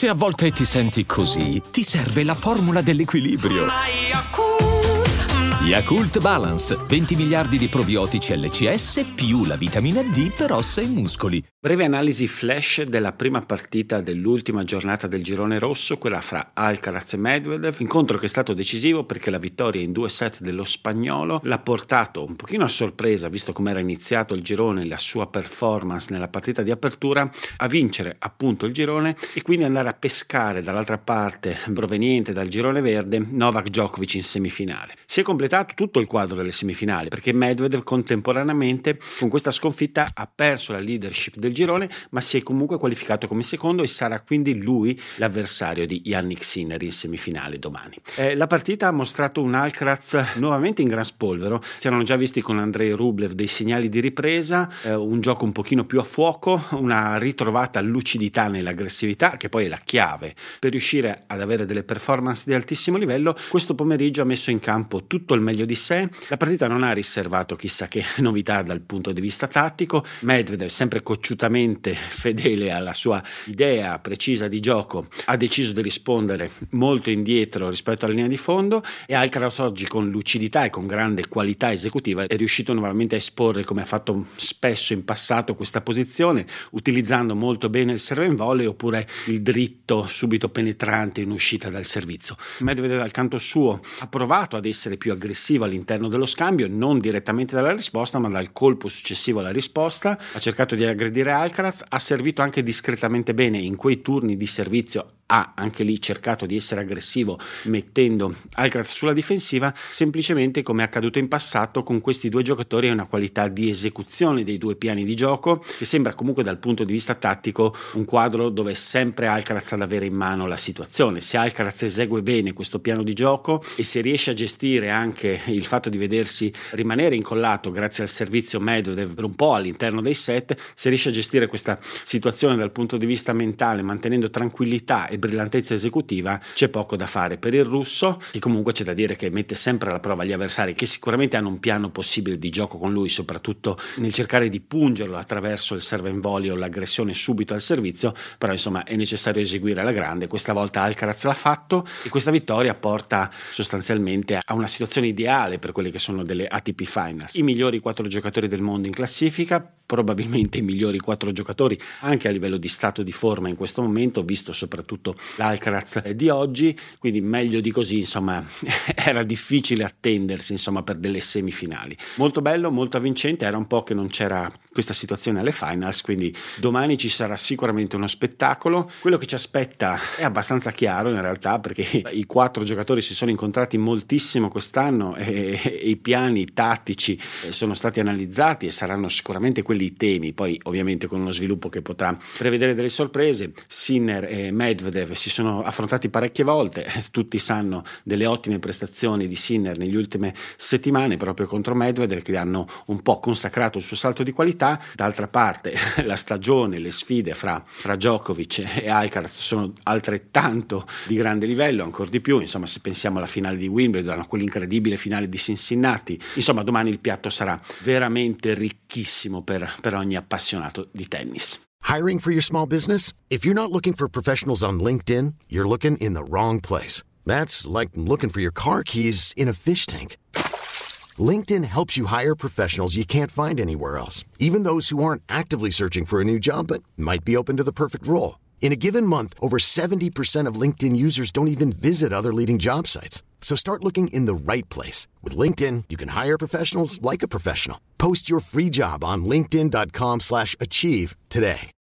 Se a volte ti senti così, ti serve la formula dell'equilibrio. Yakult Balance, 20 miliardi di probiotici LCS più la vitamina D per ossa e muscoli. Breve analisi flash della prima partita dell'ultima giornata del girone rosso, quella fra Alcaraz e Medvedev, incontro che è stato decisivo perché la vittoria in 2 set dello spagnolo l'ha portato un pochino a sorpresa, visto come era iniziato il girone e la sua performance nella partita di apertura, a vincere appunto il girone e quindi andare a pescare dall'altra parte, proveniente dal girone verde, Novak Djokovic in semifinale. Si è completato tutto il quadro delle semifinali perché Medvedev contemporaneamente con questa sconfitta ha perso la leadership del girone, ma si è comunque qualificato come secondo e sarà quindi lui l'avversario di Jannik Sinner in semifinale domani. La partita ha mostrato un Alcaraz nuovamente in gran spolvero. Si erano già visti con Andrei Rublev dei segnali di ripresa, un gioco un pochino più a fuoco, una ritrovata lucidità nell'aggressività che poi è la chiave per riuscire ad avere delle performance di altissimo livello. Questo pomeriggio ha messo in campo tutto il meglio di sé. La partita non ha riservato chissà che novità dal punto di vista tattico. Medvedev, sempre cocciutamente fedele alla sua idea precisa di gioco, ha deciso di rispondere molto indietro rispetto alla linea di fondo e Alcaraz oggi con lucidità e con grande qualità esecutiva è riuscito nuovamente a esporre, come ha fatto spesso in passato, questa posizione utilizzando molto bene il serve in volley oppure il dritto subito penetrante in uscita dal servizio. Medvedev dal canto suo ha provato ad essere più aggressivo all'interno dello scambio, non direttamente dalla risposta ma dal colpo successivo alla risposta, ha cercato di aggredire Alcaraz, ha servito anche discretamente bene in quei turni di servizio, ha anche lì cercato di essere aggressivo mettendo Alcaraz sulla difensiva. Semplicemente, come è accaduto in passato, con questi due giocatori è una qualità di esecuzione dei due piani di gioco che sembra comunque dal punto di vista tattico un quadro dove è sempre Alcaraz ad avere in mano la situazione. Se Alcaraz esegue bene questo piano di gioco e se riesce a gestire anche il fatto di vedersi rimanere incollato grazie al servizio Medvedev per un po' all'interno dei set, se riesce a gestire questa situazione dal punto di vista mentale mantenendo tranquillità e brillantezza esecutiva, c'è poco da fare per il russo, che comunque c'è da dire che mette sempre alla prova gli avversari che sicuramente hanno un piano possibile di gioco con lui, soprattutto nel cercare di pungerlo attraverso il serve in volley o l'aggressione subito al servizio, però insomma è necessario eseguire alla grande. Questa volta Alcaraz l'ha fatto e questa vittoria porta sostanzialmente a una situazione ideale per quelle che sono delle ATP Finals. I migliori 4 giocatori del mondo in classifica, probabilmente i migliori 4 giocatori anche a livello di stato di forma in questo momento, visto soprattutto l'Alcaraz di oggi, quindi meglio di così insomma era difficile attendersi insomma per delle semifinali. Molto bello, molto avvincente, era un po' che non c'era questa situazione alle finals, quindi domani ci sarà sicuramente uno spettacolo. Quello che ci aspetta è abbastanza chiaro in realtà, perché i 4 giocatori si sono incontrati moltissimo quest'anno e i piani tattici sono stati analizzati e saranno sicuramente quelli i temi, poi ovviamente con uno sviluppo che potrà prevedere delle sorprese. Sinner e Medvedev si sono affrontati parecchie volte, tutti sanno delle ottime prestazioni di Sinner negli ultime settimane proprio contro Medvedev, che hanno un po' consacrato il suo salto di qualità. D'altra parte la stagione, le sfide fra Djokovic e Alcaraz sono altrettanto di grande livello, ancora di più, insomma se pensiamo alla finale di Wimbledon, a quell'incredibile finale di Cincinnati, insomma domani il piatto sarà veramente ricchissimo per ogni appassionato di tennis. Hiring for your small business? If you're not looking for professionals on LinkedIn, you're looking in the wrong place. That's like looking for your car keys in a fish tank. LinkedIn helps you hire professionals you can't find anywhere else, even those who aren't actively searching for a new job but might be open to the perfect role. In a given month, over 70% of LinkedIn users don't even visit other leading job sites. So start looking in the right place. With LinkedIn, you can hire professionals like a professional. Post your free job on linkedin.com/achieve today.